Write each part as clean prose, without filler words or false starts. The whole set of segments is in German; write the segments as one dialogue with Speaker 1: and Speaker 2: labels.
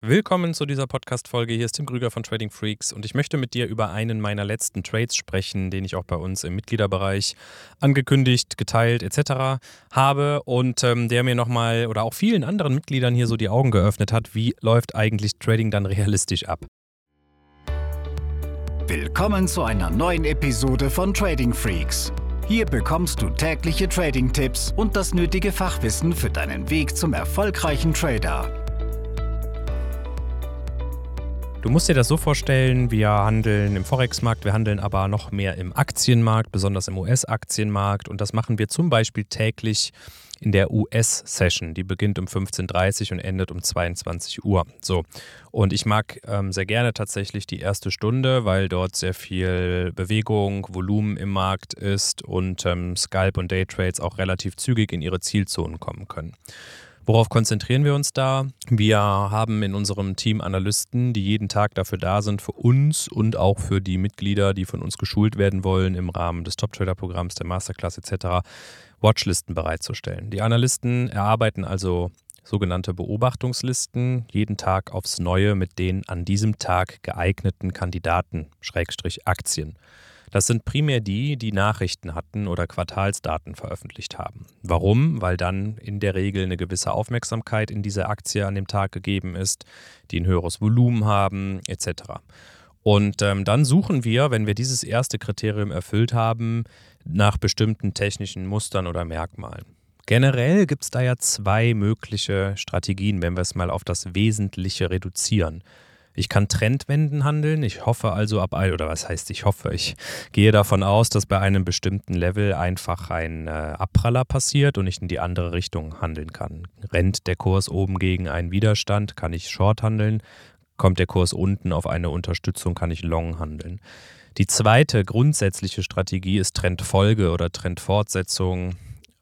Speaker 1: Willkommen zu dieser Podcast-Folge. Hier ist Tim Krüger von Trading Freaks und ich möchte mit dir über einen meiner letzten Trades sprechen, den ich auch bei uns im Mitgliederbereich angekündigt, geteilt etc. habe und der mir nochmal oder auch vielen anderen Mitgliedern hier so die Augen geöffnet hat, wie läuft eigentlich Trading dann realistisch ab.
Speaker 2: Willkommen zu einer neuen Episode von Trading Freaks. Hier bekommst du tägliche Trading-Tipps und das nötige Fachwissen für deinen Weg zum erfolgreichen Trader.
Speaker 1: Du musst dir das so vorstellen, wir handeln im Forex-Markt, wir handeln aber noch mehr im Aktienmarkt, besonders im US-Aktienmarkt. Und das machen wir zum Beispiel täglich in der US-Session. Die beginnt um 15:30 Uhr und endet um 22 Uhr. So. Und ich mag sehr gerne tatsächlich die erste Stunde, weil dort sehr viel Bewegung, Volumen im Markt ist und Scalp- und Daytrades auch relativ zügig in ihre Zielzonen kommen können. Worauf konzentrieren wir uns da? Wir haben in unserem Team Analysten, die jeden Tag dafür da sind, für uns und auch für die Mitglieder, die von uns geschult werden wollen, im Rahmen des Top-Trader-Programms, der Masterclass etc., Watchlisten bereitzustellen. Die Analysten erarbeiten also sogenannte Beobachtungslisten, jeden Tag aufs Neue mit den an diesem Tag geeigneten Kandidaten, Aktien. Das sind primär die Nachrichten hatten oder Quartalsdaten veröffentlicht haben. Warum? Weil dann in der Regel eine gewisse Aufmerksamkeit in diese Aktie an dem Tag gegeben ist, die ein höheres Volumen haben, etc. Und dann suchen wir, wenn wir dieses erste Kriterium erfüllt haben, nach bestimmten technischen Mustern oder Merkmalen. Generell gibt es da ja zwei mögliche Strategien, wenn wir es mal auf das Wesentliche reduzieren. Ich kann Trendwenden handeln. Ich hoffe also ich gehe davon aus, dass bei einem bestimmten Level einfach ein Abpraller passiert und ich in die andere Richtung handeln kann. Rennt der Kurs oben gegen einen Widerstand, kann ich Short handeln. Kommt der Kurs unten auf eine Unterstützung, kann ich Long handeln. Die zweite grundsätzliche Strategie ist Trendfolge oder Trendfortsetzung,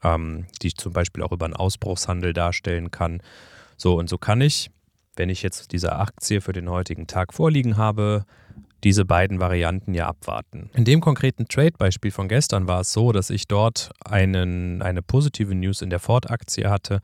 Speaker 1: die ich zum Beispiel auch über einen Ausbruchshandel darstellen kann. So, und so kann ich, wenn ich jetzt diese Aktie für den heutigen Tag vorliegen habe, diese beiden Varianten ja abwarten. In dem konkreten Trade-Beispiel von gestern war es so, dass ich dort eine positive News in der Ford-Aktie hatte.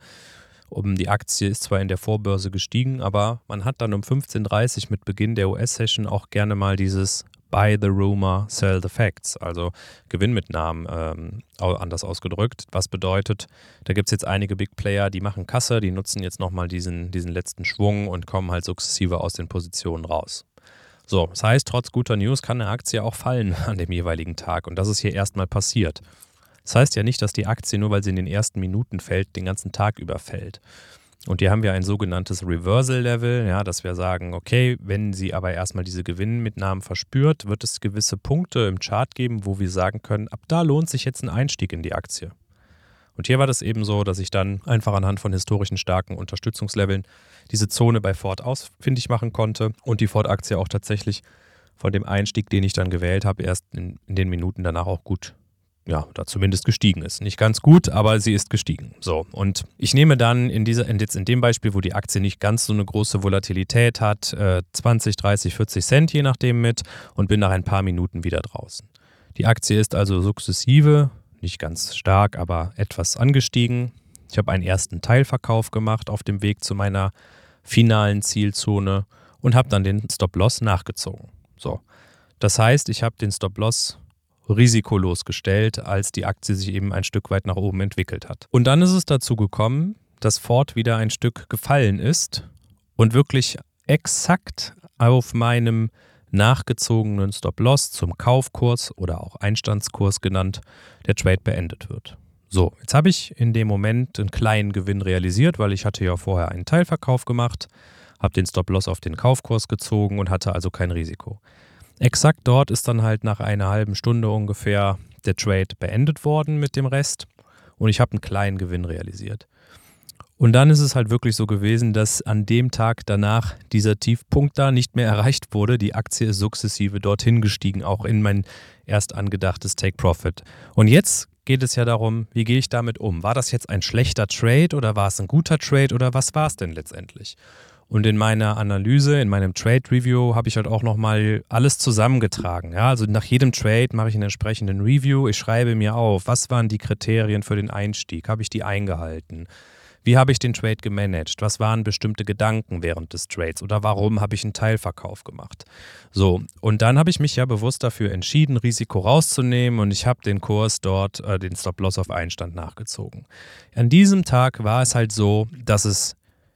Speaker 1: Die Aktie ist zwar in der Vorbörse gestiegen, aber man hat dann um 15:30 Uhr mit Beginn der US-Session auch gerne mal dieses Buy the rumor, sell the facts, also Gewinnmitnahmen anders ausgedrückt. Was bedeutet, da gibt es jetzt einige Big Player, die machen Kasse, die nutzen jetzt nochmal diesen letzten Schwung und kommen halt sukzessive aus den Positionen raus. So, das heißt, trotz guter News kann eine Aktie auch fallen an dem jeweiligen Tag und das ist hier erstmal passiert. Das heißt ja nicht, dass die Aktie, nur weil sie in den ersten Minuten fällt, den ganzen Tag über fällt. Und hier haben wir ein sogenanntes Reversal-Level, ja, dass wir sagen, okay, wenn sie aber erstmal diese Gewinnmitnahmen verspürt, wird es gewisse Punkte im Chart geben, wo wir sagen können, ab da lohnt sich jetzt ein Einstieg in die Aktie. Und hier war das eben so, dass ich dann einfach anhand von historischen starken Unterstützungsleveln diese Zone bei Ford ausfindig machen konnte und die Ford-Aktie auch tatsächlich von dem Einstieg, den ich dann gewählt habe, erst in den Minuten danach auch gut, ja, da zumindest gestiegen ist. Nicht ganz gut, aber sie ist gestiegen. So, und ich nehme dann in dem Beispiel, wo die Aktie nicht ganz so eine große Volatilität hat, 20, 30, 40 Cent je nachdem mit und bin nach ein paar Minuten wieder draußen. Die Aktie ist also sukzessive, nicht ganz stark, aber etwas angestiegen. Ich habe einen ersten Teilverkauf gemacht auf dem Weg zu meiner finalen Zielzone und habe dann den Stop-Loss nachgezogen. So, das heißt, ich habe den Stop-Loss risikolos gestellt, als die Aktie sich eben ein Stück weit nach oben entwickelt hat. Und dann ist es dazu gekommen, dass Ford wieder ein Stück gefallen ist und wirklich exakt auf meinem nachgezogenen Stop-Loss zum Kaufkurs oder auch Einstandskurs genannt, der Trade beendet wird. So, jetzt habe ich in dem Moment einen kleinen Gewinn realisiert, weil ich hatte ja vorher einen Teilverkauf gemacht, habe den Stop-Loss auf den Kaufkurs gezogen und hatte also kein Risiko. Exakt dort ist dann halt nach einer halben Stunde ungefähr der Trade beendet worden mit dem Rest und ich habe einen kleinen Gewinn realisiert. Und dann ist es halt wirklich so gewesen, dass an dem Tag danach dieser Tiefpunkt da nicht mehr erreicht wurde. Die Aktie ist sukzessive dorthin gestiegen, auch in mein erst angedachtes Take-Profit. Und jetzt geht es ja darum, wie gehe ich damit um? War das jetzt ein schlechter Trade oder war es ein guter Trade oder was war es denn letztendlich? Und in meiner Analyse, in meinem Trade-Review habe ich halt auch nochmal alles zusammengetragen. Ja, also nach jedem Trade mache ich einen entsprechenden Review. Ich schreibe mir auf, was waren die Kriterien für den Einstieg? Habe ich die eingehalten? Wie habe ich den Trade gemanagt? Was waren bestimmte Gedanken während des Trades? Oder warum habe ich einen Teilverkauf gemacht? So, und dann habe ich mich ja bewusst dafür entschieden, Risiko rauszunehmen und ich habe den Kurs dort, den Stop-Loss auf Einstand nachgezogen. An diesem Tag war es halt so, dass es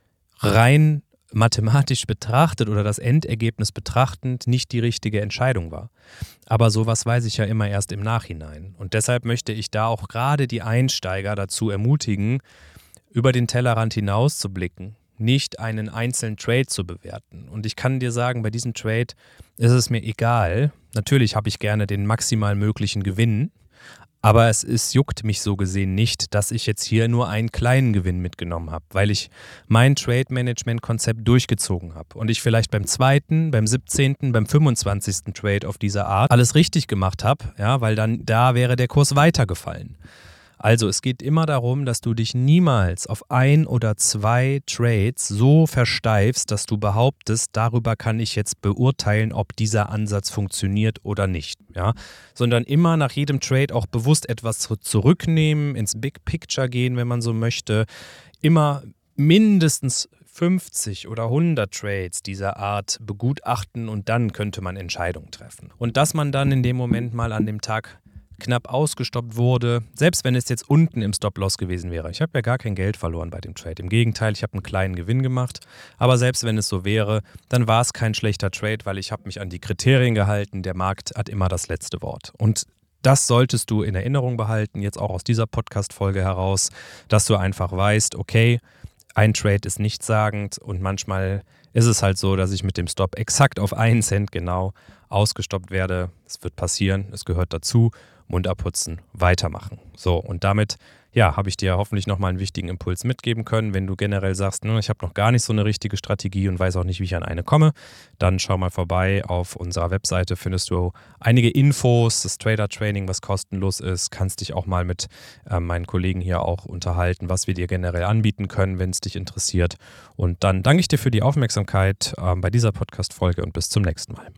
Speaker 1: rein mathematisch betrachtet oder das Endergebnis betrachtend nicht die richtige Entscheidung war. Aber sowas weiß ich ja immer erst im Nachhinein. Und deshalb möchte ich da auch gerade die Einsteiger dazu ermutigen, über den Tellerrand hinaus zu blicken, nicht einen einzelnen Trade zu bewerten. Und ich kann dir sagen, bei diesem Trade ist es mir egal. Natürlich habe ich gerne den maximal möglichen Gewinn, aber es juckt mich so gesehen nicht, dass ich jetzt hier nur einen kleinen Gewinn mitgenommen habe, weil ich mein Trade-Management-Konzept durchgezogen habe und ich vielleicht beim 2., beim 17., beim 25. Trade auf diese Art alles richtig gemacht habe, ja, weil dann da wäre der Kurs weitergefallen. Also es geht immer darum, dass du dich niemals auf 1 oder 2 Trades so versteifst, dass du behauptest, darüber kann ich jetzt beurteilen, ob dieser Ansatz funktioniert oder nicht. Ja? Sondern immer nach jedem Trade auch bewusst etwas zurücknehmen, ins Big Picture gehen, wenn man so möchte. Immer mindestens 50 oder 100 Trades dieser Art begutachten und dann könnte man Entscheidungen treffen. Und dass man dann in dem Moment mal an dem Tag knapp ausgestoppt wurde, selbst wenn es jetzt unten im Stop-Loss gewesen wäre. Ich habe ja gar kein Geld verloren bei dem Trade. Im Gegenteil, ich habe einen kleinen Gewinn gemacht. Aber selbst wenn es so wäre, dann war es kein schlechter Trade, weil ich habe mich an die Kriterien gehalten. Der Markt hat immer das letzte Wort. Und das solltest du in Erinnerung behalten, jetzt auch aus dieser Podcast-Folge heraus, dass du einfach weißt, okay, ein Trade ist nichtssagend und manchmal ist es halt so, dass ich mit dem Stop exakt auf 1 Cent genau ausgestoppt werde. Es wird passieren, es gehört dazu. Mund abputzen, weitermachen. So, und damit habe ich dir hoffentlich nochmal einen wichtigen Impuls mitgeben können. Wenn du generell sagst, ich habe noch gar nicht so eine richtige Strategie und weiß auch nicht, wie ich an eine komme, dann schau mal vorbei. Auf unserer Webseite findest du einige Infos, das Trader-Training, was kostenlos ist. Kannst dich auch mal mit meinen Kollegen hier auch unterhalten, was wir dir generell anbieten können, wenn es dich interessiert. Und dann danke ich dir für die Aufmerksamkeit bei dieser Podcast-Folge und bis zum nächsten Mal.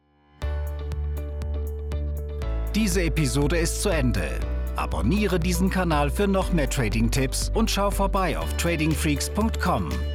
Speaker 2: Diese Episode ist zu Ende. Abonniere diesen Kanal für noch mehr Trading-Tipps und schau vorbei auf tradingfreaks.com.